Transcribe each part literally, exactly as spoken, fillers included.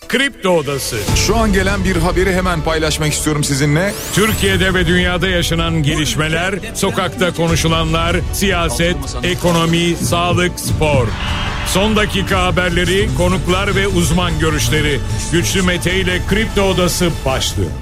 Kripto Odası. Şu an gelen bir haberi hemen paylaşmak istiyorum sizinle. Türkiye'de ve dünyada yaşanan gelişmeler, sokakta konuşulanlar, siyaset, ekonomi, sağlık, spor. Son dakika haberleri, konuklar ve uzman görüşleri. Güçlü Mete ile Kripto Odası başlıyor.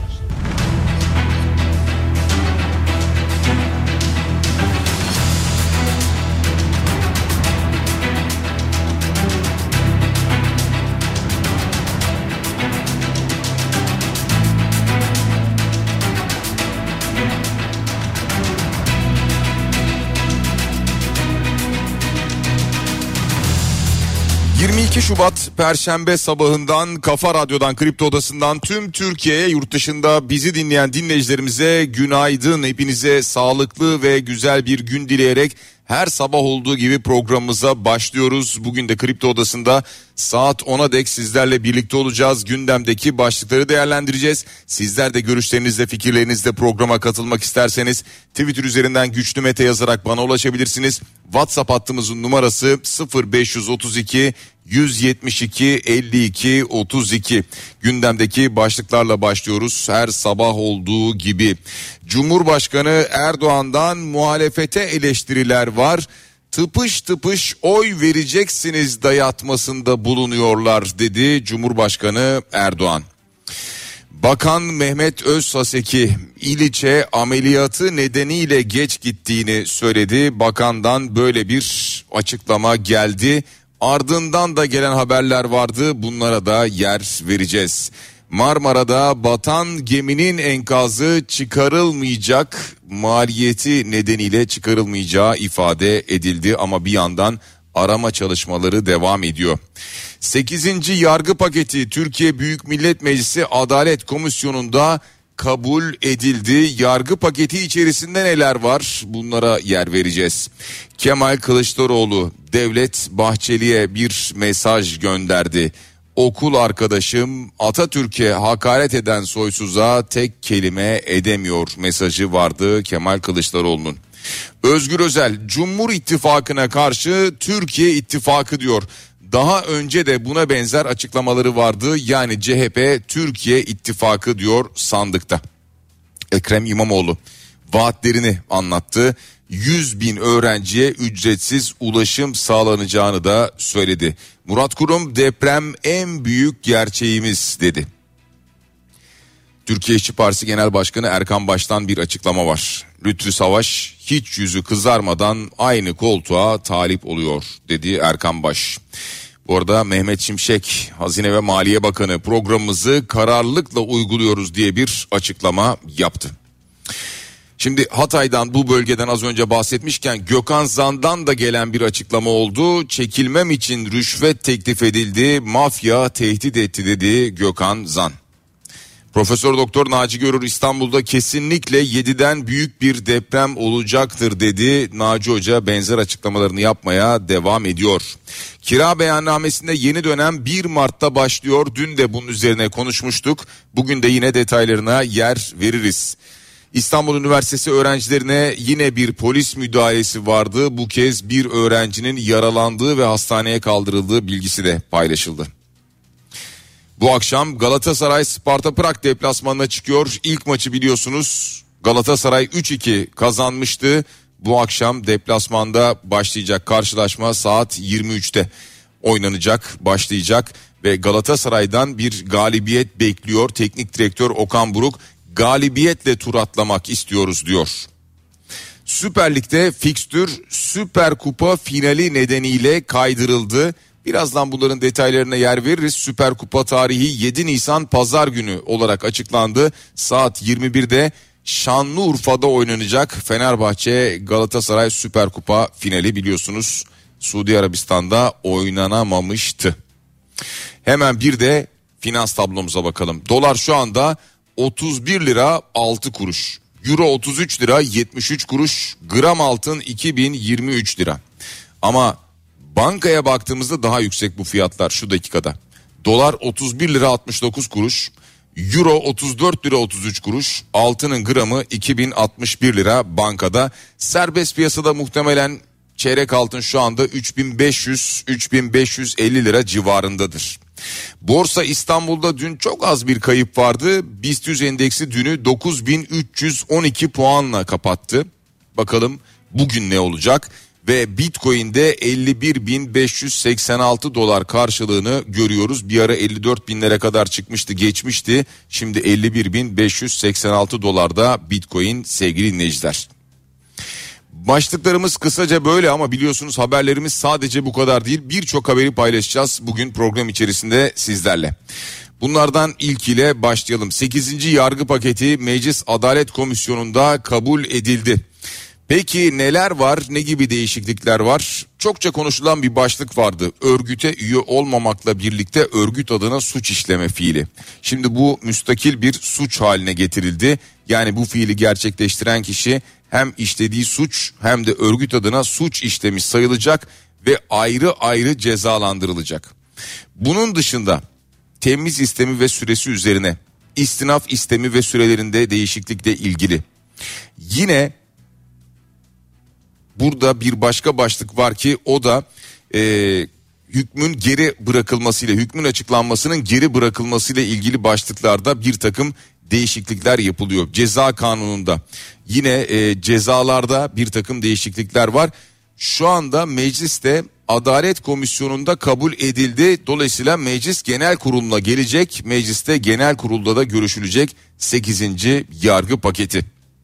yirmi iki Şubat Perşembe sabahından Kafa Radyo'dan, Kripto Odası'ndan tüm Türkiye'ye, yurt dışında bizi dinleyen dinleyicilerimize günaydın. Hepinize sağlıklı ve güzel bir gün dileyerek her sabah olduğu gibi programımıza başlıyoruz. Bugün de Kripto Odası'nda saat ona dek sizlerle birlikte olacağız. Gündemdeki başlıkları değerlendireceğiz. Sizler de görüşlerinizle, fikirlerinizle programa katılmak isterseniz Twitter üzerinden Güçlü Mete yazarak bana ulaşabilirsiniz. WhatsApp hattımızın numarası sıfır beş otuz iki yüz yetmiş iki elli iki otuz iki. Gündemdeki başlıklarla başlıyoruz her sabah olduğu gibi. Cumhurbaşkanı Erdoğan'dan muhalefete eleştiriler var. Tıpış tıpış oy vereceksiniz dayatmasında bulunuyorlar dedi Cumhurbaşkanı Erdoğan. Bakan Mehmet Özsaseki İliç'e ameliyatı nedeniyle geç gittiğini söyledi. Bakandan böyle bir açıklama geldi. Ardından da gelen haberler vardı. Bunlara da yer vereceğiz. Marmara'da batan geminin enkazı çıkarılmayacak, maliyeti nedeniyle çıkarılmayacağı ifade edildi ama bir yandan arama çalışmaları devam ediyor. sekizinci yargı paketi Türkiye Büyük Millet Meclisi Adalet Komisyonu'nda kabul edildi. Yargı paketi içerisinde neler var? Bunlara yer vereceğiz. Kemal Kılıçdaroğlu Devlet Bahçeli'ye bir mesaj gönderdi. Okul arkadaşım Atatürk'e hakaret eden soysuza tek kelime edemiyor mesajı vardı Kemal Kılıçdaroğlu'nun. Özgür Özel Cumhur İttifakı'na karşı Türkiye İttifakı diyor. Daha önce de buna benzer açıklamaları vardı. Yani C H P Türkiye İttifakı diyor sandıkta. Ekrem İmamoğlu vaatlerini anlattı. yüz bin öğrenciye ücretsiz ulaşım sağlanacağını da söyledi. Murat Kurum deprem en büyük gerçeğimiz dedi. Türkiye İşçi Partisi Genel Başkanı Erkan Baş'tan bir açıklama var. Lütfü Savaş hiç yüzü kızarmadan aynı koltuğa talip oluyor dedi Erkan Baş. Bu arada Mehmet Şimşek Hazine ve Maliye Bakanı programımızı kararlılıkla uyguluyoruz diye bir açıklama yaptı. Şimdi Hatay'dan, bu bölgeden az önce bahsetmişken Gökhan Zan'dan da gelen bir açıklama oldu. Çekilmem için rüşvet teklif edildi, mafya tehdit etti dedi Gökhan Zan. Profesör Doktor Naci Görür İstanbul'da kesinlikle yediden büyük bir deprem olacaktır dedi. Naci Hoca benzer açıklamalarını yapmaya devam ediyor. Kira beyannamesinde yeni dönem bir Mart'ta başlıyor. Dün de bunun üzerine konuşmuştuk. Bugün de yine detaylarına yer veririz. İstanbul Üniversitesi öğrencilerine yine bir polis müdahalesi vardı. Bu kez bir öğrencinin yaralandığı ve hastaneye kaldırıldığı bilgisi de paylaşıldı. Bu akşam Galatasaray Sparta Prag deplasmanına çıkıyor. İlk maçı biliyorsunuz Galatasaray üç iki kazanmıştı. Bu akşam deplasmanda başlayacak karşılaşma saat yirmi üçte oynanacak, başlayacak ve Galatasaray'dan bir galibiyet bekliyor. Teknik direktör Okan Buruk galibiyetle tur atlamak istiyoruz diyor. Süper Lig'de fikstür Süper Kupa finali nedeniyle kaydırıldı. Birazdan bunların detaylarına yer veririz. Süper Kupa tarihi yedi Nisan Pazar günü olarak açıklandı. Saat yirmi birde Şanlıurfa'da oynanacak Fenerbahçe Galatasaray Süper Kupa finali, biliyorsunuz Suudi Arabistan'da oynanamamıştı. Hemen bir de finans tablomuza bakalım. Dolar şu anda otuz bir lira altı kuruş. Euro otuz üç lira yetmiş üç kuruş. Gram altın iki bin yirmi üç lira. Ama bankaya baktığımızda daha yüksek bu fiyatlar şu dakikada. Dolar otuz bir lira altmış dokuz kuruş. Euro otuz dört lira otuz üç kuruş. Altının gramı iki bin altmış bir lira bankada. Serbest piyasada muhtemelen çeyrek altın şu anda üç bin beş yüz üç bin beş yüz elli lira civarındadır. Borsa İstanbul'da dün çok az bir kayıp vardı. BIST yüz endeksi dünü dokuz bin üç yüz on iki puanla kapattı. Bakalım bugün ne olacak? Ve Bitcoin'de elli bir bin beş yüz seksen altı dolar karşılığını görüyoruz. Bir ara elli dört binlere kadar çıkmıştı, geçmişti. Şimdi elli bir bin beş yüz seksen altı dolarda Bitcoin sevgili dinleyiciler. Başlıklarımız kısaca böyle ama biliyorsunuz haberlerimiz sadece bu kadar değil. Birçok haberi paylaşacağız bugün program içerisinde sizlerle. Bunlardan ilkiyle başlayalım. sekizinci yargı paketi Meclis Adalet Komisyonu'nda kabul edildi. Peki neler var, ne gibi değişiklikler var? Çokça konuşulan bir başlık vardı. Örgüte üye olmamakla birlikte örgüt adına suç işleme fiili. Şimdi bu müstakil bir suç haline getirildi. Yani bu fiili gerçekleştiren kişi hem işlediği suç hem de örgüt adına suç işlemiş sayılacak ve ayrı ayrı cezalandırılacak. Bunun dışında temiz istemi ve süresi üzerine istinaf istemi ve sürelerinde değişiklikle ilgili. Yine burada bir başka başlık var ki o da e, hükmün geri bırakılmasıyla, hükmün açıklanmasının geri bırakılmasıyla ilgili başlıklarda bir takım değişiklikler yapılıyor. Ceza kanununda yine e, cezalarda bir takım değişiklikler var. Şu anda mecliste Adalet Komisyonu'nda kabul edildi. Dolayısıyla Meclis Genel Kurulu'na gelecek. Mecliste Genel Kurul'da da görüşülecek sekizinci yargı paketi.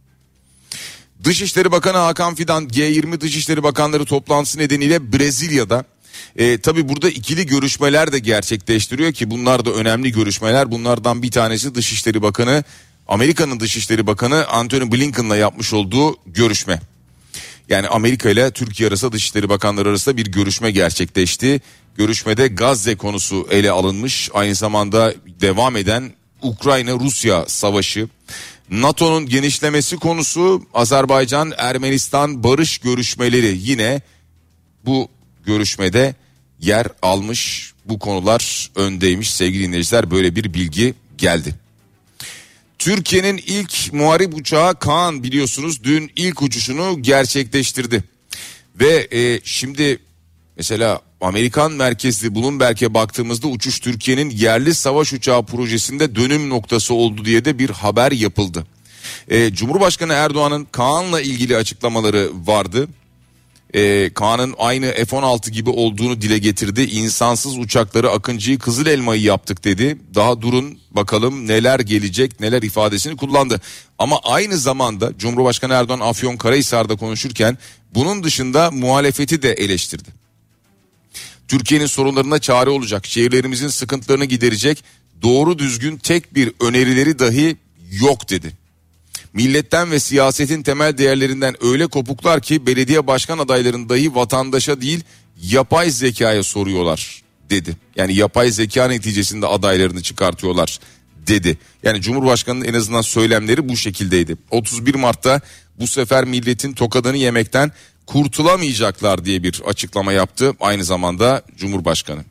Dışişleri Bakanı Hakan Fidan G yirmi Dışişleri Bakanları toplantısı nedeniyle Brezilya'da. E, tabii burada ikili görüşmeler de gerçekleştiriyor ki bunlar da önemli görüşmeler. Bunlardan bir tanesi Dışişleri Bakanı, Amerika'nın Dışişleri Bakanı Antony Blinken'la yapmış olduğu görüşme. Yani Amerika ile Türkiye arasında Dışişleri Bakanları arasında bir görüşme gerçekleşti. Görüşmede Gazze konusu ele alınmış. Aynı zamanda devam eden Ukrayna-Rusya savaşı, NATO'nun genişlemesi konusu, Azerbaycan-Ermenistan barış görüşmeleri yine bu görüşmede yer almış. Bu konular öndeymiş sevgili dinleyiciler, böyle bir bilgi geldi. Türkiye'nin ilk muharip uçağı Kaan biliyorsunuz dün ilk uçuşunu gerçekleştirdi. Ve e, şimdi mesela Amerikan merkezli Bloomberg'e baktığımızda uçuş Türkiye'nin yerli savaş uçağı projesinde dönüm noktası oldu diye de bir haber yapıldı. E, Cumhurbaşkanı Erdoğan'ın Kaan'la ilgili açıklamaları vardı. E, Kaan'ın aynı F on altı gibi olduğunu dile getirdi. İnsansız uçakları Akıncı'yı Kızıl Elma'yı yaptık dedi. Daha durun bakalım neler gelecek, neler ifadesini kullandı. Ama aynı zamanda Cumhurbaşkanı Erdoğan Afyonkarahisar'da konuşurken bunun dışında muhalefeti de eleştirdi. Türkiye'nin sorunlarına çare olacak, şehirlerimizin sıkıntılarını giderecek doğru düzgün tek bir önerileri dahi yok dedi. Milletten ve siyasetin temel değerlerinden öyle kopuklar ki belediye başkan adaylarının dahi vatandaşa değil yapay zekaya soruyorlar dedi. Yani yapay zeka neticesinde adaylarını çıkartıyorlar dedi. Yani Cumhurbaşkanı'nın en azından söylemleri bu şekildeydi. otuz bir Mart'ta bu sefer milletin tokadını yemekten kurtulamayacaklar diye bir açıklama yaptı aynı zamanda Cumhurbaşkanı.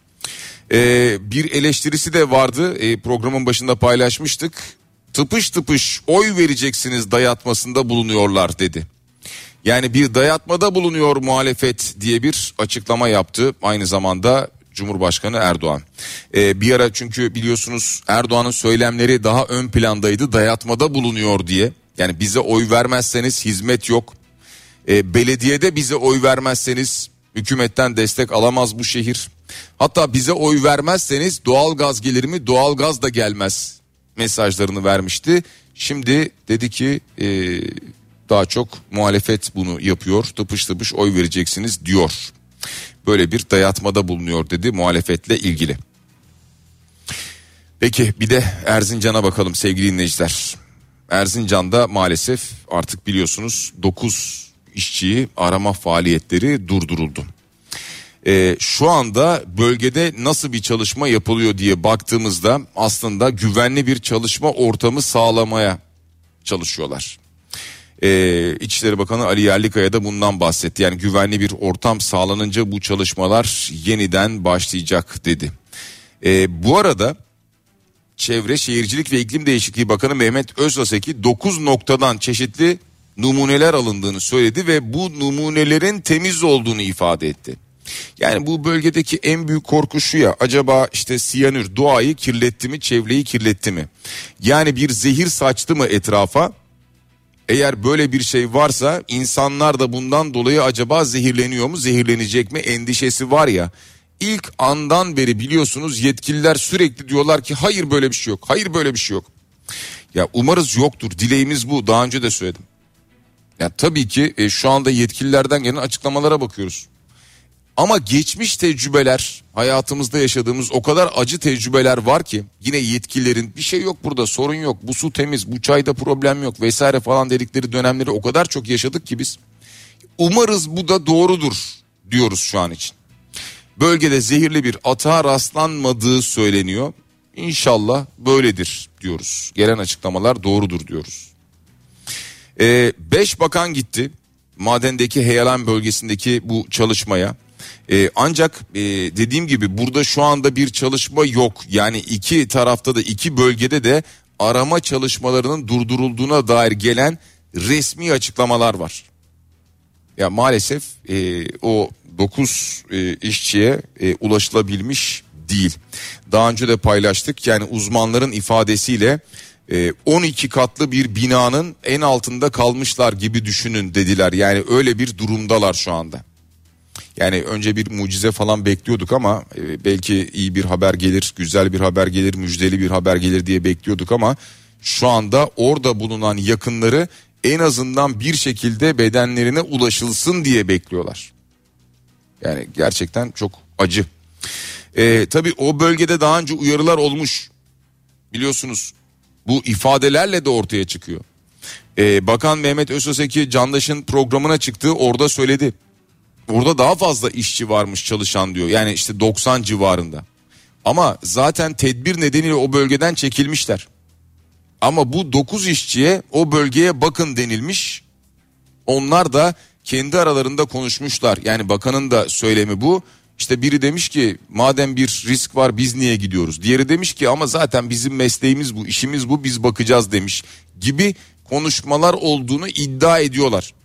Ee, bir eleştirisi de vardı, ee, programın başında paylaşmıştık. Tıpış tıpış oy vereceksiniz dayatmasında bulunuyorlar dedi. Yani bir dayatmada bulunuyor muhalefet diye bir açıklama yaptı aynı zamanda Cumhurbaşkanı Erdoğan. Ee, bir ara çünkü biliyorsunuz Erdoğan'ın söylemleri daha ön plandaydı, dayatmada bulunuyor diye. Yani bize oy vermezseniz hizmet yok. Ee, belediyede bize oy vermezseniz hükümetten destek alamaz bu şehir. Hatta bize oy vermezseniz doğalgaz gelir mi? Doğalgaz da gelmez mesajlarını vermişti. Şimdi dedi ki e, daha çok muhalefet bunu yapıyor. Tıpış tıpış oy vereceksiniz diyor. Böyle bir dayatmada bulunuyor dedi muhalefetle ilgili. Peki bir de Erzincan'a bakalım sevgili dinleyiciler. Erzincan'da maalesef artık biliyorsunuz dokuz işçiyi arama faaliyetleri durduruldu. Ee, şu anda bölgede nasıl bir çalışma yapılıyor diye baktığımızda aslında güvenli bir çalışma ortamı sağlamaya çalışıyorlar. Ee, İçişleri Bakanı Ali Yerlikaya da bundan bahsetti. Yani güvenli bir ortam sağlanınca bu çalışmalar yeniden başlayacak dedi. Ee, bu arada Çevre, Şehircilik ve İklim Değişikliği Bakanı Mehmet Özaseki dokuz noktadan çeşitli numuneler alındığını söyledi ve bu numunelerin temiz olduğunu ifade etti. Yani bu bölgedeki en büyük korku şu ya, acaba işte siyanür doğayı kirletti mi, çevreyi kirletti mi? Yani bir zehir saçtı mı etrafa? Eğer böyle bir şey varsa insanlar da bundan dolayı acaba zehirleniyor mu, zehirlenecek mi endişesi var ya. İlk andan beri biliyorsunuz yetkililer sürekli diyorlar ki hayır böyle bir şey yok, hayır böyle bir şey yok. Ya umarız yoktur, dileğimiz bu, daha önce de söyledim. Ya tabii ki e, şu anda yetkililerden gelen açıklamalara bakıyoruz. Ama geçmiş tecrübeler, hayatımızda yaşadığımız o kadar acı tecrübeler var ki yine yetkililerin bir şey yok burada, sorun yok, bu su temiz, bu çayda problem yok vesaire falan dedikleri dönemleri o kadar çok yaşadık ki biz. Umarız bu da doğrudur diyoruz şu an için. Bölgede zehirli bir atağa rastlanmadığı söyleniyor. İnşallah böyledir diyoruz. Gelen açıklamalar doğrudur diyoruz. Ee, beş bakan gitti madendeki heyelan bölgesindeki bu çalışmaya. Ee, ancak e, dediğim gibi burada şu anda bir çalışma yok. Yani iki tarafta da, iki bölgede de arama çalışmalarının durdurulduğuna dair gelen resmi açıklamalar var. Ya maalesef e, o dokuz e, işçiye e, ulaşılabilmiş değil. Daha önce de paylaştık, yani uzmanların ifadesiyle e, on iki katlı bir binanın en altında kalmışlar gibi düşünün dediler. Yani öyle bir durumdalar şu anda. Yani önce bir mucize falan bekliyorduk ama e, belki iyi bir haber gelir, güzel bir haber gelir, müjdeli bir haber gelir diye bekliyorduk ama şu anda orada bulunan yakınları en azından bir şekilde bedenlerine ulaşılsın diye bekliyorlar. Yani gerçekten çok acı. Ee, tabii o bölgede daha önce uyarılar olmuş. Biliyorsunuz bu ifadelerle de ortaya çıkıyor. Ee, Bakan Mehmet Özoseki Candaş'ın programına çıktı, orada söyledi. Orada daha fazla işçi varmış çalışan diyor. Yani işte doksan civarında. Ama zaten tedbir nedeniyle o bölgeden çekilmişler. Ama bu dokuz işçiye o bölgeye bakın denilmiş. Onlar da kendi aralarında konuşmuşlar. Yani bakanın da söylemi bu. İşte biri demiş ki madem bir risk var biz niye gidiyoruz? Diğeri demiş ki ama zaten bizim mesleğimiz bu, işimiz bu, biz bakacağız demiş gibi konuşmalar olduğunu iddia ediyorlar.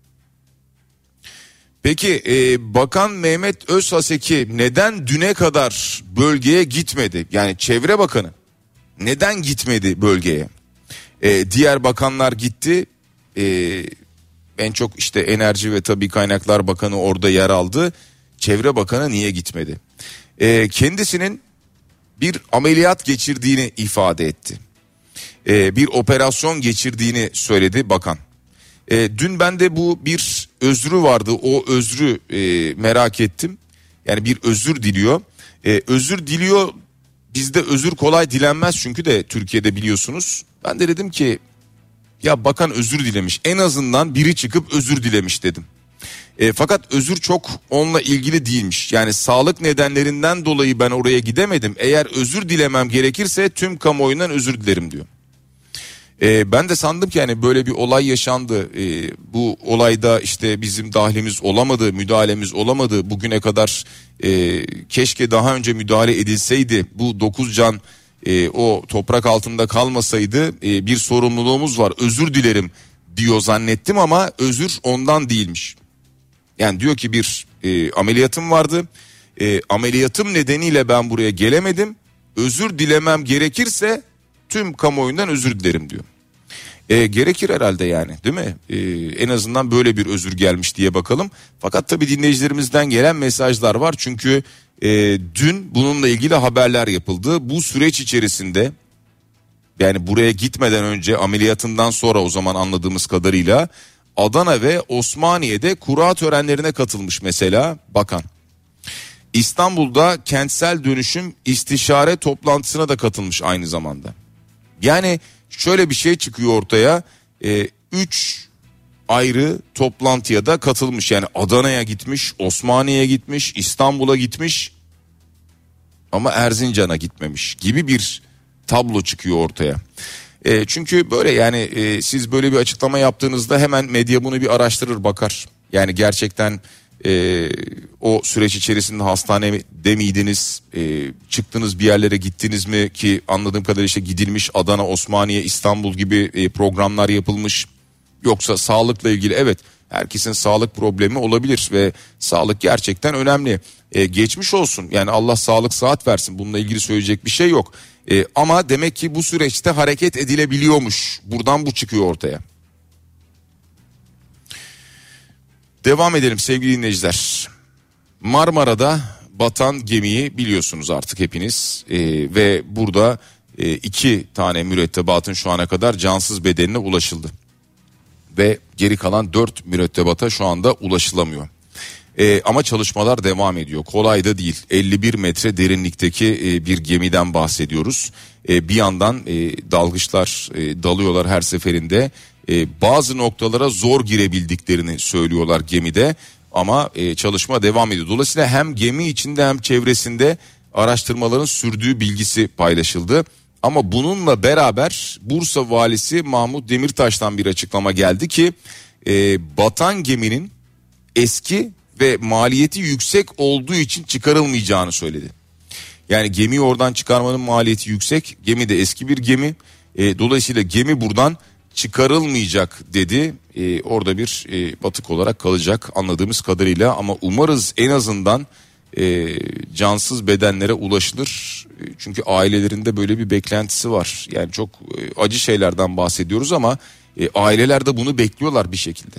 Peki e, Bakan Mehmet Özhaseki neden düne kadar bölgeye gitmedi? Yani Çevre Bakanı neden gitmedi bölgeye? E, diğer bakanlar gitti. E, en çok işte Enerji ve Tabii Kaynaklar Bakanı orada yer aldı. Çevre Bakanı niye gitmedi? E, kendisinin bir ameliyat geçirdiğini ifade etti. E, bir operasyon geçirdiğini söyledi bakan. E, dün ben de bu bir özrü vardı, o özrü e, merak ettim. Yani bir özür diliyor. E, özür diliyor, bizde özür kolay dilenmez çünkü de Türkiye'de biliyorsunuz. Ben de dedim ki ya bakan özür dilemiş, en azından biri çıkıp özür dilemiş dedim. E, fakat özür çok onunla ilgili değilmiş. Yani sağlık nedenlerinden dolayı ben oraya gidemedim. Eğer özür dilemem gerekirse tüm kamuoyundan özür dilerim diyor. E, ben de sandım ki yani böyle bir olay yaşandı. E, bu olayda işte bizim dahlimiz olamadı, müdahalemiz olamadı. Bugüne kadar e, keşke daha önce müdahale edilseydi. Bu dokuz can e, o toprak altında kalmasaydı e, bir sorumluluğumuz var. Özür dilerim diyor zannettim ama özür ondan değilmiş. Yani diyor ki bir e, ameliyatım vardı. E, ameliyatım nedeniyle ben buraya gelemedim. Özür dilemem gerekirse tüm kamuoyundan özür dilerim diyor. E, gerekir herhalde yani, değil mi? E, en azından böyle bir özür gelmiş diye bakalım. Fakat tabii dinleyicilerimizden gelen mesajlar var. Çünkü e, dün bununla ilgili haberler yapıldı. Bu süreç içerisinde yani buraya gitmeden önce, ameliyatından sonra o zaman anladığımız kadarıyla Adana ve Osmaniye'de kura törenlerine katılmış mesela bakan. İstanbul'da kentsel dönüşüm istişare toplantısına da katılmış aynı zamanda. Yani şöyle bir şey çıkıyor ortaya. E, üç ayrı toplantıya da katılmış. Yani Adana'ya gitmiş, Osmaniye'ye gitmiş, İstanbul'a gitmiş ama Erzincan'a gitmemiş gibi bir tablo çıkıyor ortaya. E, çünkü böyle yani e, siz böyle bir açıklama yaptığınızda hemen medya bunu bir araştırır, bakar. Yani gerçekten e, o süreç içerisinde hastanede miydiniz, e, çıktınız bir yerlere gittiniz mi, ki anladığım kadarıyla işte gidilmiş, Adana, Osmaniye, İstanbul gibi e, programlar yapılmış. Yoksa sağlıkla ilgili evet Herkesin sağlık problemi olabilir ve sağlık gerçekten önemli. E, geçmiş olsun, yani Allah sağlık sıhhat versin, bununla ilgili söyleyecek bir şey yok. E, ama demek ki bu süreçte hareket edilebiliyormuş. Buradan bu çıkıyor ortaya. Devam edelim sevgili dinleyiciler. Marmara'da batan gemiyi biliyorsunuz artık hepiniz. E, ve burada e, iki tane mürettebatın şu ana kadar cansız bedenine ulaşıldı. Ve geri kalan dört mürettebata şu anda ulaşılamıyor. Ee, ama çalışmalar devam ediyor. Kolay da değil. elli bir metre derinlikteki e, bir gemiden bahsediyoruz. E, bir yandan e, dalgıçlar e, dalıyorlar her seferinde. E, bazı noktalara zor girebildiklerini söylüyorlar gemide. Ama e, çalışma devam ediyor. Dolayısıyla hem gemi içinde hem çevresinde araştırmaların sürdüğü bilgisi paylaşıldı. Ama bununla beraber Bursa valisi Mahmut Demirtaş'tan bir açıklama geldi ki e, batan geminin eski ve maliyeti yüksek olduğu için çıkarılmayacağını söyledi. Yani gemiyi oradan çıkarmanın maliyeti yüksek, gemi de eski bir gemi, e, dolayısıyla gemi buradan çıkarılmayacak dedi. E, orada bir e, batık olarak kalacak anladığımız kadarıyla, ama umarız en azından e, cansız bedenlere ulaşılır. E, çünkü ailelerinde böyle bir beklentisi var. Yani çok e, acı şeylerden bahsediyoruz ama e, aileler de bunu bekliyorlar bir şekilde.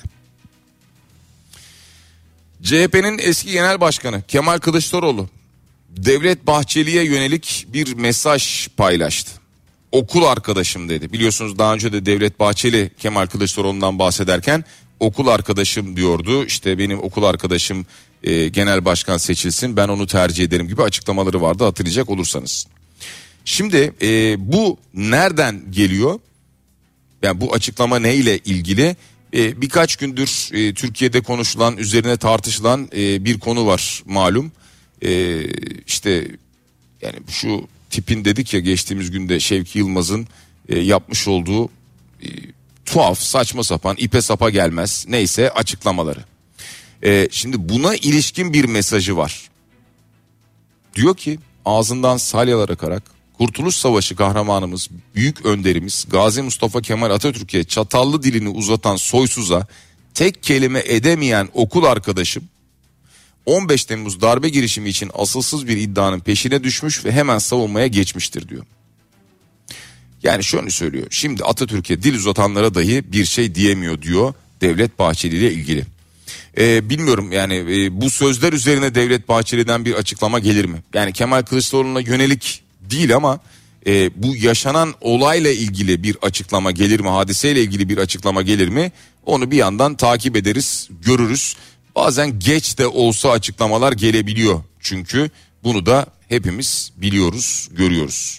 C H P'nin eski genel başkanı Kemal Kılıçdaroğlu Devlet Bahçeli'ye yönelik bir mesaj paylaştı. Okul arkadaşım dedi. Biliyorsunuz daha önce de Devlet Bahçeli Kemal Kılıçdaroğlu'ndan bahsederken okul arkadaşım diyordu. İşte benim okul arkadaşım e, genel başkan seçilsin, ben onu tercih ederim gibi açıklamaları vardı, hatırlayacak olursanız. Şimdi e, bu nereden geliyor? Yani bu açıklama neyle ilgili? Ee, birkaç gündür e, Türkiye'de konuşulan, üzerine tartışılan e, bir konu var malum. E, işte yani şu tipin dedik ya geçtiğimiz günde, Şevki Yılmaz'ın e, yapmış olduğu e, tuhaf, saçma sapan, ipe sapa gelmez neyse açıklamaları. E, şimdi buna ilişkin bir mesajı var. Diyor ki ağzından salyalar akarak Kurtuluş Savaşı kahramanımız, büyük önderimiz Gazi Mustafa Kemal Atatürk'e çatallı dilini uzatan soysuza tek kelime edemeyen okul arkadaşım on beş Temmuz darbe girişimi için asılsız bir iddianın peşine düşmüş ve hemen savunmaya geçmiştir diyor. Yani şöyle söylüyor. Şimdi Atatürk'e dil uzatanlara dahi bir şey diyemiyor diyor Devlet Bahçeli ile ilgili. Ee, bilmiyorum yani e, bu sözler üzerine Devlet Bahçeli'den bir açıklama gelir mi? Yani Kemal Kılıçdaroğlu'na yönelik değil ama e, bu yaşanan olayla ilgili bir açıklama gelir mi? Hadiseyle ilgili bir açıklama gelir mi? Onu bir yandan takip ederiz, görürüz. Bazen geç de olsa açıklamalar gelebiliyor. Çünkü bunu da hepimiz biliyoruz, görüyoruz.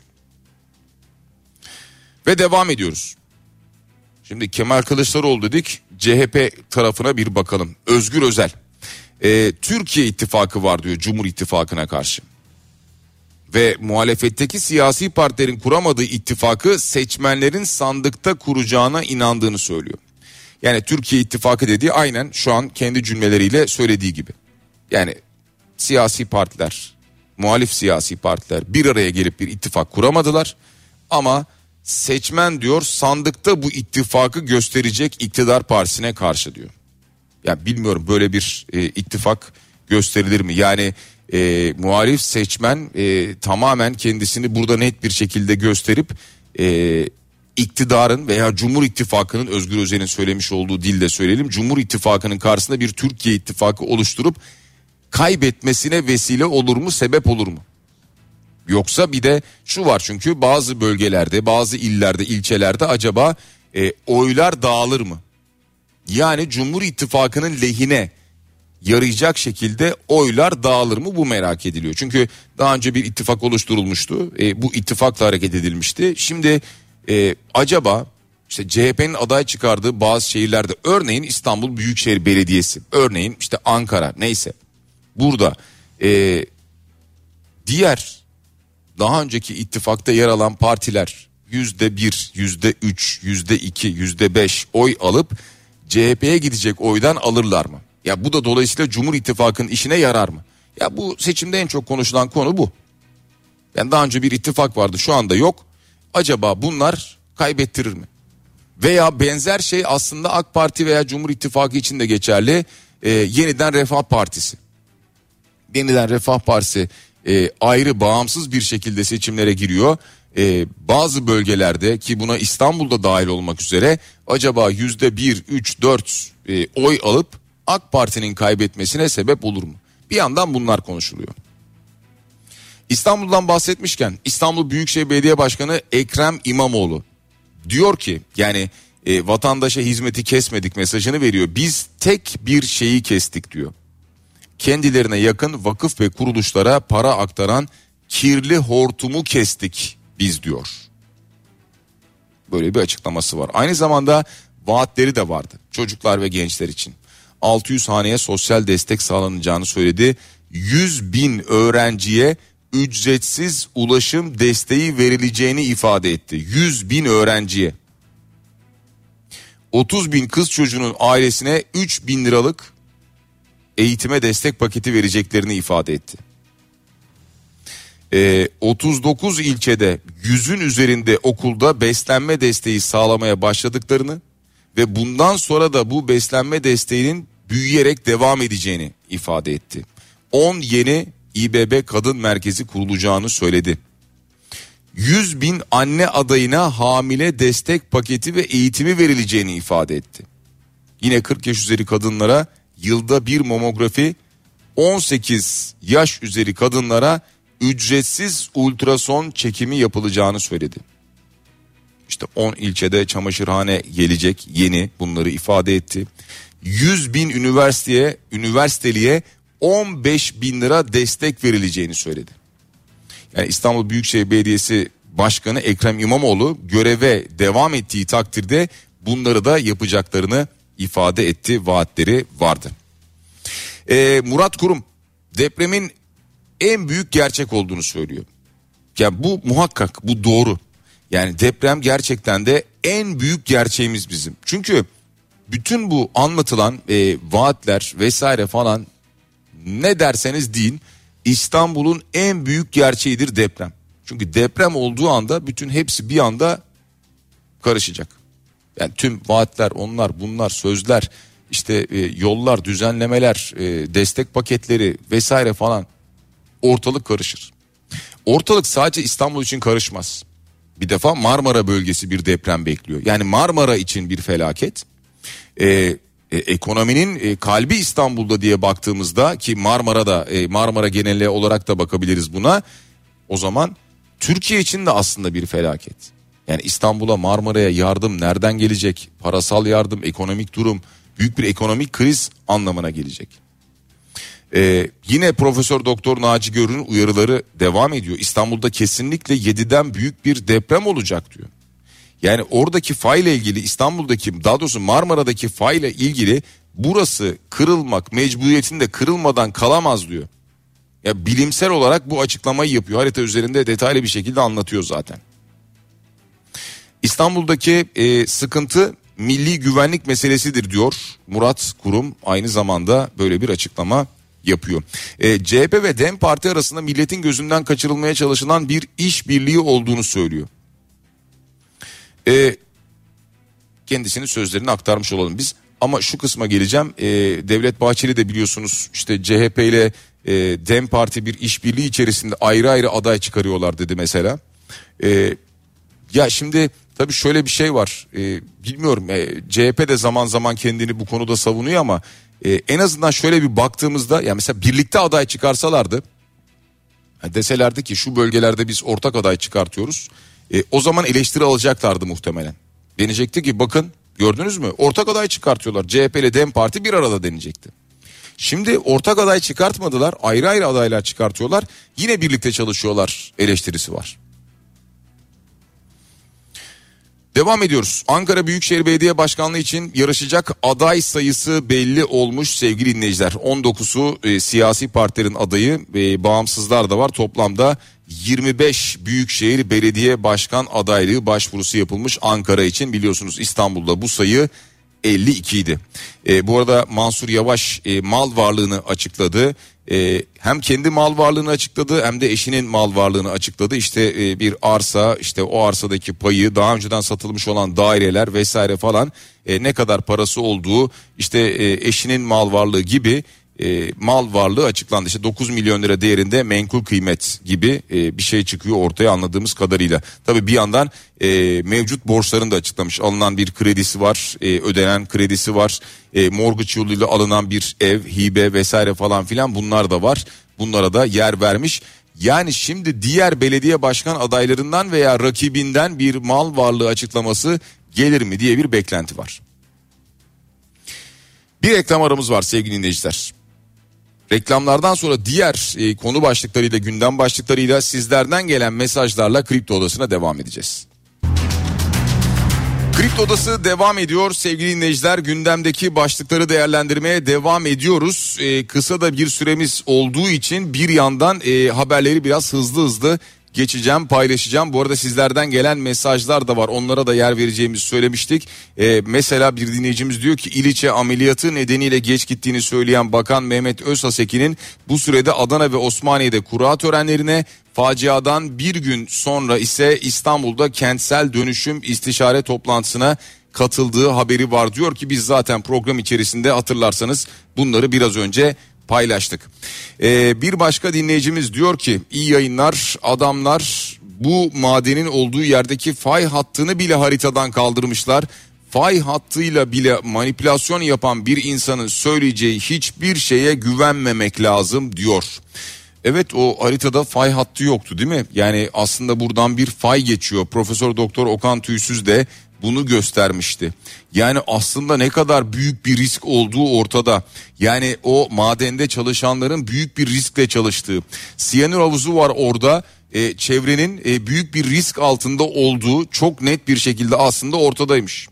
Ve devam ediyoruz. Şimdi Kemal Kılıçdaroğlu dedik, C H P tarafına bir bakalım. Özgür Özel, e, Türkiye İttifakı var diyor Cumhur İttifakı'na karşı. Ve muhalefetteki siyasi partilerin kuramadığı ittifakı seçmenlerin sandıkta kuracağına inandığını söylüyor. Yani Türkiye İttifakı dediği aynen şu an kendi cümleleriyle söylediği gibi. Yani siyasi partiler, muhalif siyasi partiler bir araya gelip bir ittifak kuramadılar. Ama seçmen diyor sandıkta bu ittifakı gösterecek iktidar partisine karşı diyor. Ya bilmiyorum böyle bir e, ittifak gösterilir mi? Yani e, muhalif seçmen e, tamamen kendisini burada net bir şekilde gösterip e, iktidarın veya Cumhur İttifakı'nın, Özgür Özel'in söylemiş olduğu dilde söyleyelim, Cumhur İttifakı'nın karşısında bir Türkiye İttifakı oluşturup kaybetmesine vesile olur mu, sebep olur mu? Yoksa bir de şu var, çünkü bazı bölgelerde, bazı illerde, ilçelerde acaba e, oylar dağılır mı? Yani Cumhur İttifakı'nın lehine yarayacak şekilde oylar dağılır mı, bu merak ediliyor. Çünkü daha önce bir ittifak oluşturulmuştu. E, bu ittifakla hareket edilmişti. Şimdi e, acaba işte C H P'nin aday çıkardığı bazı şehirlerde, örneğin İstanbul Büyükşehir Belediyesi, örneğin işte Ankara, neyse. Burada e, diğer daha önceki ittifakta yer alan partiler yüzde bir, yüzde üç, yüzde iki, yüzde beş oy alıp C H P'ye gidecek oydan alırlar mı? Ya bu da dolayısıyla Cumhur İttifakı'nın işine yarar mı? Ya bu seçimde en çok konuşulan konu bu. Yani daha önce bir ittifak vardı, şu anda yok. Acaba bunlar kaybettirir mi? Veya benzer şey aslında AK Parti veya Cumhur İttifakı için de geçerli. Ee, yeniden Refah Partisi. Yeniden Refah Partisi e, ayrı bağımsız bir şekilde seçimlere giriyor. E, bazı bölgelerde ki buna İstanbul'da dahil olmak üzere acaba yüzde bir, üç, dört e, oy alıp AK Parti'nin kaybetmesine sebep olur mu? Bir yandan bunlar konuşuluyor. İstanbul'dan bahsetmişken İstanbul Büyükşehir Belediye Başkanı Ekrem İmamoğlu diyor ki yani e, vatandaşa hizmeti kesmedik mesajını veriyor. Biz tek bir şeyi kestik diyor. Kendilerine yakın vakıf ve kuruluşlara para aktaran kirli hortumu kestik biz diyor. Böyle bir açıklaması var. Aynı zamanda vaatleri de vardı çocuklar ve gençler için. altı yüz haneye sosyal destek sağlanacağını söyledi. yüz bin öğrenciye ücretsiz ulaşım desteği verileceğini ifade etti. yüz bin öğrenciye. otuz bin kız çocuğunun ailesine üç bin liralık eğitime destek paketi vereceklerini ifade etti. Ee, otuz dokuz ilçede yüzün üzerinde okulda beslenme desteği sağlamaya başladıklarını ve bundan sonra da bu beslenme desteğinin büyüyerek devam edeceğini ifade etti. on yeni İ B B kadın merkezi kurulacağını söyledi. yüz bin anne adayına hamile destek paketi ve eğitimi verileceğini ifade etti. Yine kırk yaş üzeri kadınlara yılda bir mamografi, on sekiz yaş üzeri kadınlara ücretsiz ultrason çekimi yapılacağını söyledi. İşte on ilçede çamaşırhane gelecek, yeni, bunları ifade etti. yüz bin üniversiteye, üniversiteliye on beş bin lira destek verileceğini söyledi. Yani İstanbul Büyükşehir Belediyesi Başkanı Ekrem İmamoğlu göreve devam ettiği takdirde bunları da yapacaklarını ifade etti, vaatleri vardı. Ee, Murat Kurum depremin en büyük gerçek olduğunu söylüyor. Yani bu muhakkak, bu doğru. Yani deprem gerçekten de en büyük gerçeğimiz bizim. Çünkü bütün bu anlatılan e, vaatler vesaire falan, ne derseniz deyin, İstanbul'un en büyük gerçeğidir deprem. Çünkü deprem olduğu anda bütün hepsi bir anda karışacak. Yani tüm vaatler, onlar bunlar, sözler, işte e, yollar, düzenlemeler, e, destek paketleri vesaire falan, ortalık karışır. Ortalık sadece İstanbul için karışmaz. Bir defa Marmara bölgesi bir deprem bekliyor. Yani Marmara için bir felaket. E, e, ekonominin e, kalbi İstanbul'da diye baktığımızda, ki Marmara'da e, Marmara geneli olarak da bakabiliriz buna. O zaman Türkiye için de aslında bir felaket. Yani İstanbul'a, Marmara'ya yardım nereden gelecek? Parasal yardım, ekonomik durum, büyük bir ekonomik kriz anlamına gelecek. Ee, yine Profesör Doktor Naci Görür'ün uyarıları devam ediyor. İstanbul'da kesinlikle yediden büyük bir deprem olacak diyor. Yani oradaki fayla ilgili, İstanbul'daki, daha doğrusu Marmara'daki fayla ilgili, burası kırılmak mecburiyetinde kırılmadan kalamaz diyor. Ya bilimsel olarak bu açıklamayı yapıyor. Harita üzerinde detaylı bir şekilde anlatıyor zaten. İstanbul'daki e, sıkıntı milli güvenlik meselesidir diyor Murat Kurum. Aynı zamanda böyle bir açıklama yapıyor. E, C H P ve DEM Parti arasında milletin gözünden kaçırılmaya çalışılan bir işbirliği olduğunu söylüyor. E, kendisinin sözlerini aktarmış olalım biz. Ama şu kısma geleceğim. E, Devlet Bahçeli de biliyorsunuz işte C H P ile e, DEM Parti bir işbirliği içerisinde ayrı ayrı aday çıkarıyorlar dedi mesela. E, ya şimdi tabii şöyle bir şey var. E, bilmiyorum e, C H P de zaman zaman kendini bu konuda savunuyor ama e, en azından şöyle bir baktığımızda, ya mesela birlikte aday çıkarsalardı, yani deselerdi ki şu bölgelerde biz ortak aday çıkartıyoruz, e, o zaman eleştiri alacaklardı muhtemelen. Denecekti ki bakın, gördünüz mü, ortak aday çıkartıyorlar, C H P ile DEM Parti bir arada denecekti. Şimdi ortak aday çıkartmadılar, ayrı ayrı adaylar çıkartıyorlar, yine birlikte çalışıyorlar eleştirisi var. Devam ediyoruz. Ankara Büyükşehir Belediye Başkanlığı için yarışacak aday sayısı belli olmuş sevgili dinleyiciler. on dokuzu e, siyasi partilerin adayı ve bağımsızlar da var. Toplamda yirmi beş Büyükşehir Belediye Başkan adaylığı başvurusu yapılmış Ankara için. Biliyorsunuz İstanbul'da bu sayı elli iki idi. E, bu arada Mansur Yavaş e, mal varlığını açıkladı. e, hem kendi mal varlığını açıkladı hem de eşinin mal varlığını açıkladı. İşte e, bir arsa, işte o arsadaki payı, daha önceden satılmış olan daireler vesaire falan, e, ne kadar parası olduğu, işte e, eşinin mal varlığı gibi e, mal varlığı açıklandı. İşte dokuz milyon lira değerinde menkul kıymet gibi e, bir şey çıkıyor ortaya anladığımız kadarıyla. Tabii bir yandan e, mevcut borçlarını da açıklamış. Alınan bir kredisi var, e, ödenen kredisi var, e, mortgage yoluyla alınan bir ev, hibe vesaire falan filan, bunlar da var. Bunlara da yer vermiş. Yani şimdi diğer belediye başkan adaylarından veya rakibinden bir mal varlığı açıklaması gelir mi diye bir beklenti var. Bir reklam aramız var sevgili dinleyiciler. Reklamlardan sonra diğer e, konu başlıklarıyla, gündem başlıklarıyla, sizlerden gelen mesajlarla Kripto Odası'na devam edeceğiz. Kripto Odası devam ediyor sevgili dinleyiciler. Gündemdeki başlıkları değerlendirmeye devam ediyoruz. Ee, kısa da bir süremiz olduğu için bir yandan e, haberleri biraz hızlı hızlı geçeceğim, paylaşacağım. Bu arada sizlerden gelen mesajlar da var. Onlara da yer vereceğimizi söylemiştik. Ee, mesela bir dinleyicimiz diyor ki İliç'e ameliyatı nedeniyle geç gittiğini söyleyen Bakan Mehmet Özhaseki'nin bu sürede Adana ve Osmaniye'de kura törenlerine, faciadan bir gün sonra ise İstanbul'da kentsel dönüşüm istişare toplantısına katıldığı haberi var. Diyor ki biz zaten program içerisinde hatırlarsanız bunları biraz önce paylaştık. Ee, bir başka dinleyicimiz diyor ki iyi yayınlar, adamlar bu madenin olduğu yerdeki fay hattını bile haritadan kaldırmışlar. Fay hattıyla bile manipülasyon yapan bir insanın söyleyeceği hiçbir şeye güvenmemek lazım diyor. Evet, o haritada fay hattı yoktu değil mi? Yani aslında buradan bir fay geçiyor. Profesör Doktor Okan Tüysüz de bunu göstermişti. Yani aslında ne kadar büyük bir risk olduğu ortada. Yani o madende çalışanların büyük bir riskle çalıştığı. Siyanür havuzu var orada. E, çevrenin e, büyük bir risk altında olduğu çok net bir şekilde aslında ortadaymış.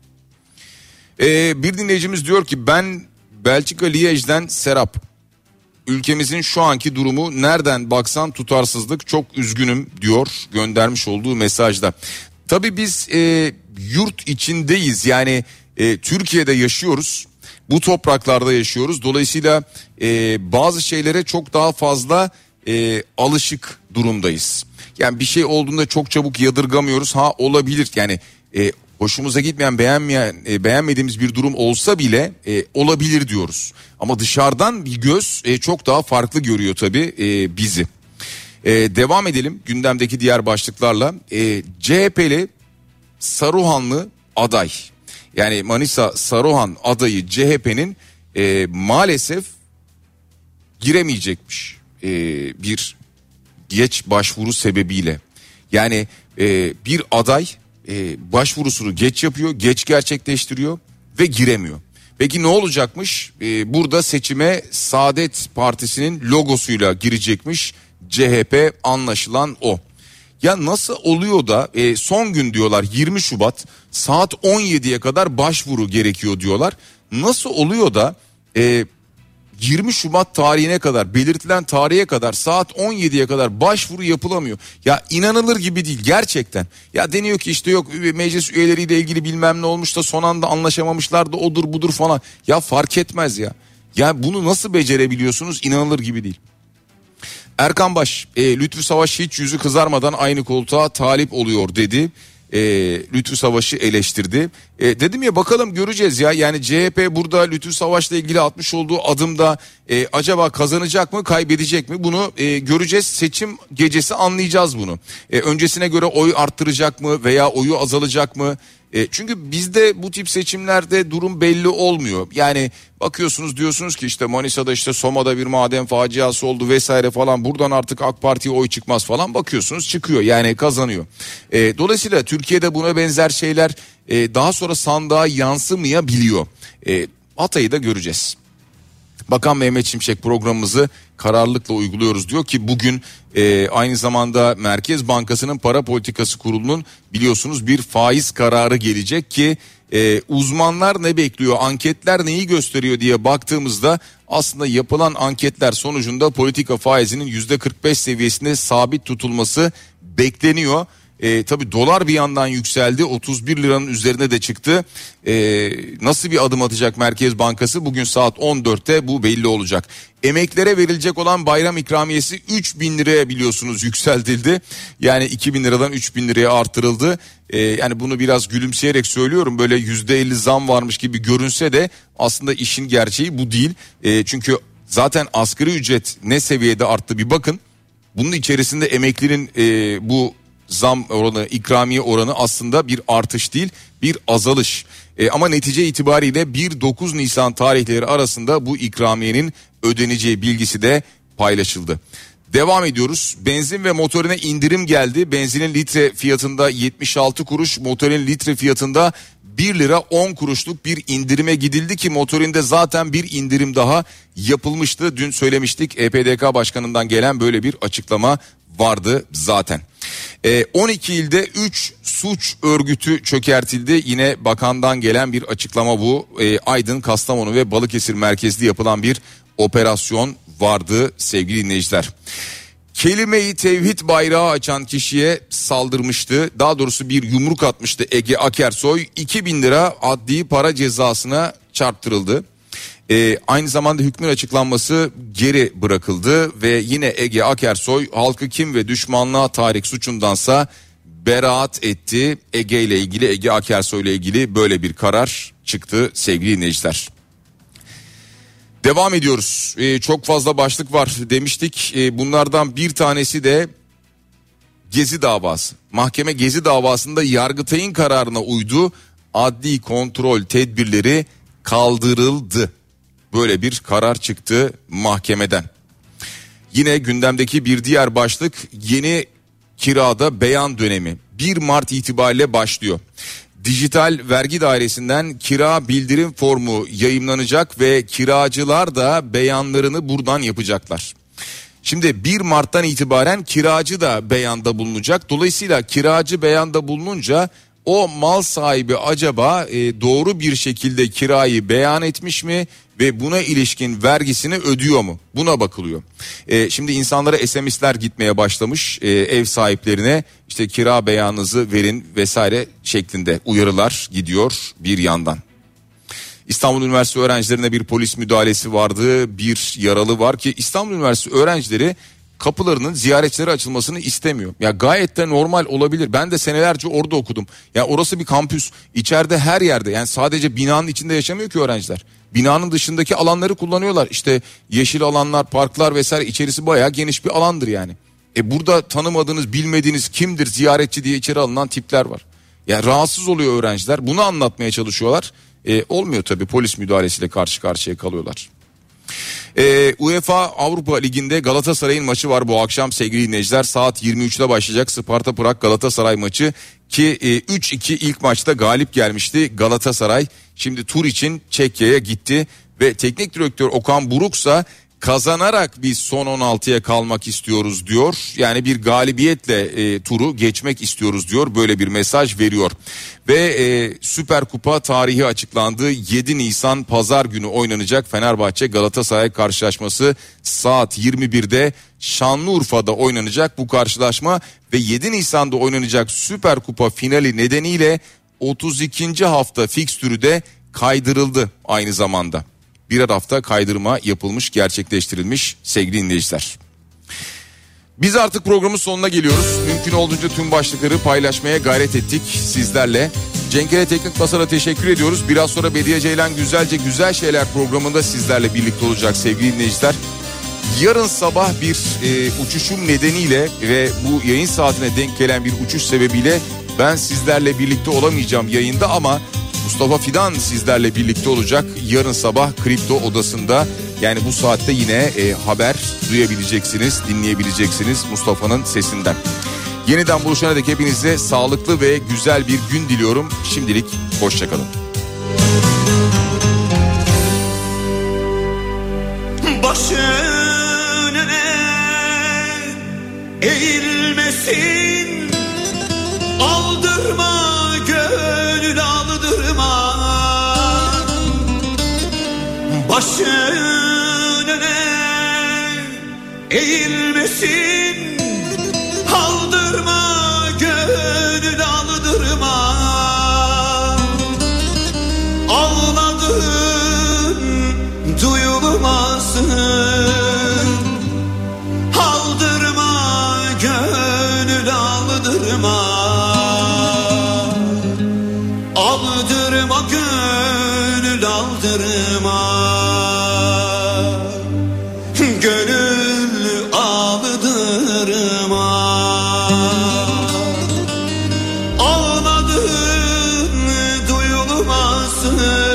E, bir dinleyicimiz diyor ki ben Belçika Liège'den Serap. Ülkemizin şu anki durumu nereden baksan tutarsızlık, çok üzgünüm diyor göndermiş olduğu mesajda. Tabii biz e, yurt içindeyiz, yani e, Türkiye'de yaşıyoruz, bu topraklarda yaşıyoruz. Dolayısıyla e, bazı şeylere çok daha fazla e, alışık durumdayız. Yani bir şey olduğunda çok çabuk yadırgamıyoruz. Ha olabilir yani e, hoşumuza gitmeyen, beğenmeyen, e, beğenmediğimiz bir durum olsa bile e, olabilir diyoruz. Ama dışarıdan bir göz e, çok daha farklı görüyor tabii e, bizi. E, devam edelim gündemdeki diğer başlıklarla. E, C H P'li Saruhanlı aday, yani Manisa Saruhan adayı C H P'nin e, maalesef giremeyecekmiş e, bir geç başvuru sebebiyle. Yani e, bir aday e, başvurusunu geç yapıyor, geç gerçekleştiriyor ve giremiyor. Peki ne olacakmış? E, burada seçime Saadet Partisi'nin logosuyla girecekmiş C H P, anlaşılan o. Ya nasıl oluyor da e, son gün diyorlar yirmi Şubat saat on yediye kadar başvuru gerekiyor diyorlar. Nasıl oluyor da e, yirmi Şubat tarihine kadar, belirtilen tarihe kadar saat on yediye kadar başvuru yapılamıyor? Ya inanılır gibi değil gerçekten. Ya deniyor ki işte yok meclis üyeleriyle ilgili bilmem ne olmuş da son anda anlaşamamışlar da odur budur falan. Ya fark etmez ya. Ya bunu nasıl becerebiliyorsunuz, inanılır gibi değil. Erkan Baş, e, Lütfü Savaş hiç yüzü kızarmadan aynı koltuğa talip oluyor dedi. E, Lütfü Savaş'ı eleştirdi. E, dedim ya bakalım göreceğiz ya. Yani C H P burada Lütfü Savaş'la ilgili atmış olduğu adımda e, acaba kazanacak mı, kaybedecek mi? Bunu e, göreceğiz. Seçim gecesi anlayacağız bunu. E, öncesine göre oy arttıracak mı veya oyu azalacak mı? E, çünkü bizde bu tip seçimlerde durum belli olmuyor. Yani bakıyorsunuz, diyorsunuz ki işte Manisa'da işte Soma'da bir maden faciası oldu vesaire falan. Buradan artık AK Parti'ye oy çıkmaz falan. Bakıyorsunuz çıkıyor, yani kazanıyor. E, dolayısıyla Türkiye'de buna benzer şeyler e, daha sonra sandığa yansımayabiliyor. E, Hatay'ı da göreceğiz. Bakan Mehmet Şimşek programımızı kararlılıkla uyguluyoruz diyor ki bugün e, aynı zamanda Merkez Bankası'nın Para Politikası Kurulu'nun biliyorsunuz bir faiz kararı gelecek ki e, uzmanlar ne bekliyor, anketler neyi gösteriyor diye baktığımızda aslında yapılan anketler sonucunda politika faizinin yüzde kırk beş seviyesinde sabit tutulması bekleniyor. E, tabii dolar bir yandan yükseldi, otuz bir liranın üzerine de çıktı. E, nasıl bir adım atacak Merkez Bankası? Bugün saat on dörtte bu belli olacak. Emeklilere verilecek olan bayram ikramiyesi üç bin liraya biliyorsunuz yükseltildi. Yani iki bin liradan üç bin liraya artırıldı. Ee, yani bunu biraz gülümseyerek söylüyorum, böyle yüzde elli zam varmış gibi görünse de aslında işin gerçeği bu değil. Ee, çünkü zaten asgari ücret ne seviyede arttı bir bakın. Bunun içerisinde emeklinin e, bu zam oranı, ikramiye oranı aslında bir artış değil, bir azalış. E, ama netice itibariyle bir dokuz Nisan tarihleri arasında bu ikramiyenin ödeneceği bilgisi de paylaşıldı. Devam ediyoruz. Benzin ve motorine indirim geldi. Benzinin litre fiyatında yetmiş altı kuruş, motorin litre fiyatında bir lira on kuruşluk bir indirime gidildi ki motorinde zaten bir indirim daha yapılmıştı. Dün söylemiştik, E P D K Başkanı'ndan gelen böyle bir açıklama vardı zaten. E, on iki ilde üç suç örgütü çökertildi. Yine bakandan gelen bir açıklama bu. E, Aydın, Kastamonu ve Balıkesir merkezli yapılan bir operasyon vardı sevgili dinleyiciler. Kelime-i tevhid bayrağı açan kişiye saldırmıştı. Daha doğrusu bir yumruk atmıştı Ege Akersoy. iki bin lira adli para cezasına çarptırıldı. Ee, aynı zamanda hükmün açıklanması geri bırakıldı ve yine Ege Akersoy halkı kin ve düşmanlığa tahrik suçundansa beraat etti. Ege ile ilgili, Ege Akersoy ile ilgili böyle bir karar çıktı sevgili dinleyiciler. Devam ediyoruz. Ee, çok fazla başlık var demiştik. Ee, bunlardan bir tanesi de Gezi davası. Mahkeme Gezi davasında Yargıtay'ın kararına uydu. Adli kontrol tedbirleri kaldırıldı. Böyle bir karar çıktı mahkemeden. Yine gündemdeki bir diğer başlık yeni kirada beyan dönemi. bir Mart itibariyle başlıyor. Dijital Vergi Dairesi'nden kira bildirim formu yayımlanacak ve kiracılar da beyanlarını buradan yapacaklar. Şimdi bir Mart'tan itibaren kiracı da beyanda bulunacak. Dolayısıyla kiracı beyanda bulununca o mal sahibi acaba e, doğru bir şekilde kirayı beyan etmiş mi ve buna ilişkin vergisini ödüyor mu? Buna bakılıyor. E, şimdi insanlara S M S'ler gitmeye başlamış e, ev sahiplerine, işte kira beyanınızı verin vesaire şeklinde uyarılar gidiyor bir yandan. İstanbul Üniversitesi öğrencilerine bir polis müdahalesi vardı, bir yaralı var ki İstanbul Üniversitesi öğrencileri kapılarının ziyaretçilere açılmasını istemiyor. Ya gayet de normal olabilir. Ben de senelerce orada okudum. Ya orası bir kampüs. İçeride her yerde, yani sadece binanın içinde yaşamıyor ki öğrenciler. Binanın dışındaki alanları kullanıyorlar. İşte yeşil alanlar, parklar vesaire, içerisi bayağı geniş bir alandır yani. E burada tanımadığınız, bilmediğiniz kimdir ziyaretçi diye içeri alınan tipler var. Ya rahatsız oluyor öğrenciler. Bunu anlatmaya çalışıyorlar. E, olmuyor tabii, polis müdahalesiyle karşı karşıya kalıyorlar. Ee, UEFA Avrupa Ligi'nde Galatasaray'ın maçı var bu akşam sevgili dinleyiciler. Saat yirmi üçte başlayacak Sparta Prag Galatasaray maçı ki e, üç iki ilk maçta galip gelmişti Galatasaray. Şimdi tur için Çekya'ya gitti ve teknik direktör Okan Buruksa kazanarak biz son on altıya kalmak istiyoruz diyor. Yani bir galibiyetle e, turu geçmek istiyoruz diyor. Böyle bir mesaj veriyor. Ve e, Süper Kupa tarihi açıklandı. yedi Nisan Pazar günü oynanacak Fenerbahçe Galatasaray karşılaşması saat yirmi birde Şanlıurfa'da oynanacak bu karşılaşma ve yedi Nisan'da oynanacak Süper Kupa finali nedeniyle otuz ikinci hafta fikstürü de kaydırıldı aynı zamanda. Birer hafta kaydırma yapılmış, gerçekleştirilmiş sevgili dinleyiciler. Biz artık programın sonuna geliyoruz. Mümkün olduğunca tüm başlıkları paylaşmaya gayret ettik sizlerle. Cenkere Teknik Masa'na teşekkür ediyoruz. Biraz sonra Bediye Ceylan Güzelce Güzel Şeyler programında sizlerle birlikte olacak sevgili dinleyiciler. Yarın sabah bir e, uçuşum nedeniyle ve bu yayın saatine denk gelen bir uçuş sebebiyle ben sizlerle birlikte olamayacağım yayında ama Mustafa Fidan sizlerle birlikte olacak yarın sabah Kripto Odası'nda. Yani bu saatte yine e, haber duyabileceksiniz, dinleyebileceksiniz Mustafa'nın sesinden. Yeniden buluşana dek hepinize sağlıklı ve güzel bir gün diliyorum. Şimdilik hoşçakalın. Başın eğilmesin, aldırma gönül aldırma. Başın eğilmesin, aldırma gönül ağlasını